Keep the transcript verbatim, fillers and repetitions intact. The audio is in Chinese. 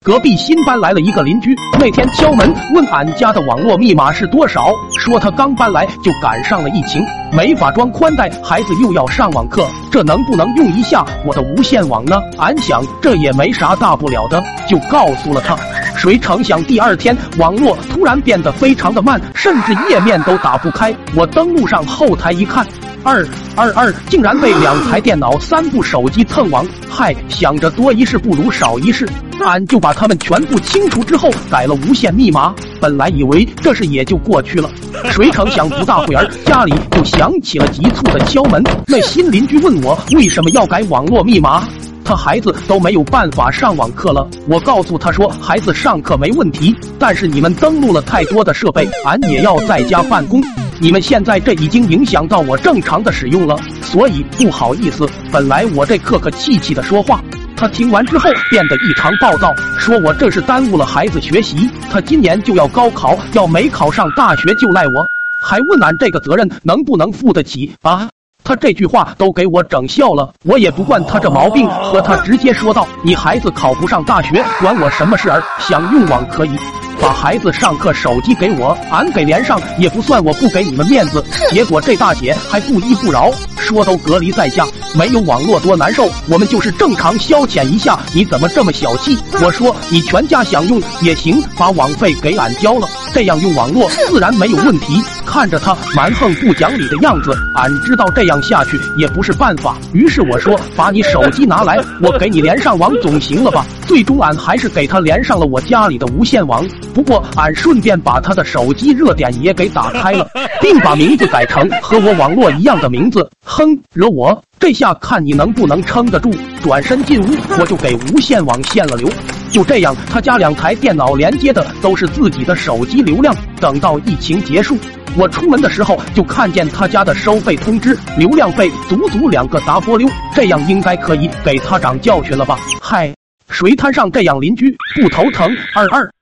隔壁新搬来了一个邻居，那天敲门问俺家的网络密码是多少，说他刚搬来就赶上了疫情，没法装宽带，孩子又要上网课，这能不能用一下我的无线网呢？俺想这也没啥大不了的，就告诉了他。谁成想第二天网络突然变得非常的慢，甚至页面都打不开。我登录上后台一看，二二二竟然被两台电脑、三部手机蹭网。嗨，想着多一事不如少一事，俺就把他们全部清除之后改了无线密码。本来以为这事也就过去了，谁成想不大会儿家里就响起了急促的敲门。那新邻居问我为什么要改网络密码，他孩子都没有办法上网课了。我告诉他说，孩子上课没问题，但是你们登录了太多的设备，俺也要在家办公，你们现在这已经影响到我正常的使用了，所以不好意思。本来我这客客气气的说话，他听完之后变得异常暴躁，说我这是耽误了孩子学习，他今年就要高考，要没考上大学就赖我，还问俺这个责任能不能负得起啊。他这句话都给我整笑了，我也不惯他这毛病，和他直接说道，你孩子考不上大学管我什么事儿，想用网可以把孩子上课手机给我，俺给连上也不算我不给你们面子。结果这大姐还不依不饶，说都隔离在家，没有网络多难受，我们就是正常消遣一下，你怎么这么小气？我说你全家想用也行，把网费给俺交了，这样用网络自然没有问题。看着他蛮横不讲理的样子，俺知道这样下去也不是办法，于是我说，把你手机拿来，我给你连上网总行了吧。最终俺还是给他连上了我家里的无线网，不过俺顺便把他的手机热点也给打开了，并把名字改成和我网络一样的名字。哼，惹我这下看你能不能撑得住。转身进屋，我就给无线网限了流。就这样，他家两台电脑连接的都是自己的手机流量。等到疫情结束，我出门的时候就看见他家的收费通知，流量费足足两个大波溜，这样应该可以给他长教训了吧？嗨，谁摊上这样邻居不头疼？二二。